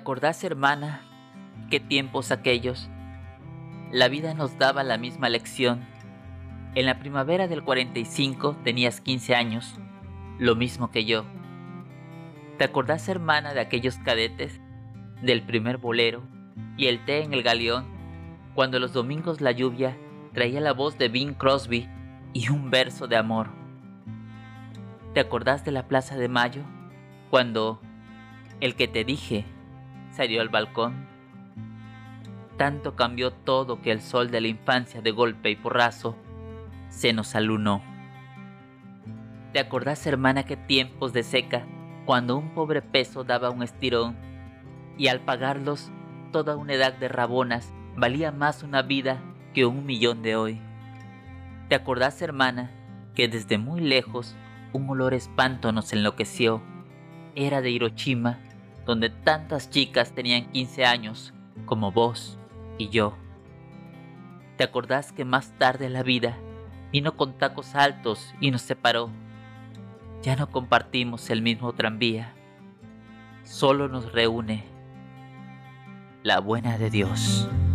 acordás, hermana, qué tiempos aquellos? La vida nos daba la misma lección. En la primavera del 45 tenías 15 años, lo mismo que yo. ¿Te acordás, hermana, de aquellos cadetes, del primer bolero y el té en el galeón, cuando los domingos la lluvia traía la voz de Bing Crosby y un verso de amor? ¿Te acordás de la Plaza de Mayo, cuando el que te dije salió al balcón? Tanto cambió todo que el sol de la infancia de golpe y porrazo se nos alunó. ¿Te acordás, hermana, qué tiempos de seca, cuando un pobre peso daba un estirón y al pagarlos toda una edad de rabonas valía más una vida que 1.000.000 de hoy? ¿Te acordás, hermana, que desde muy lejos un olor espanto nos enloqueció? Era de Hiroshima, donde tantas chicas tenían 15 años como vos y yo. ¿Te acordás que más tarde la vida vino con tacos altos y nos separó? Ya no compartimos el mismo tranvía, solo nos reúne la buena de Dios.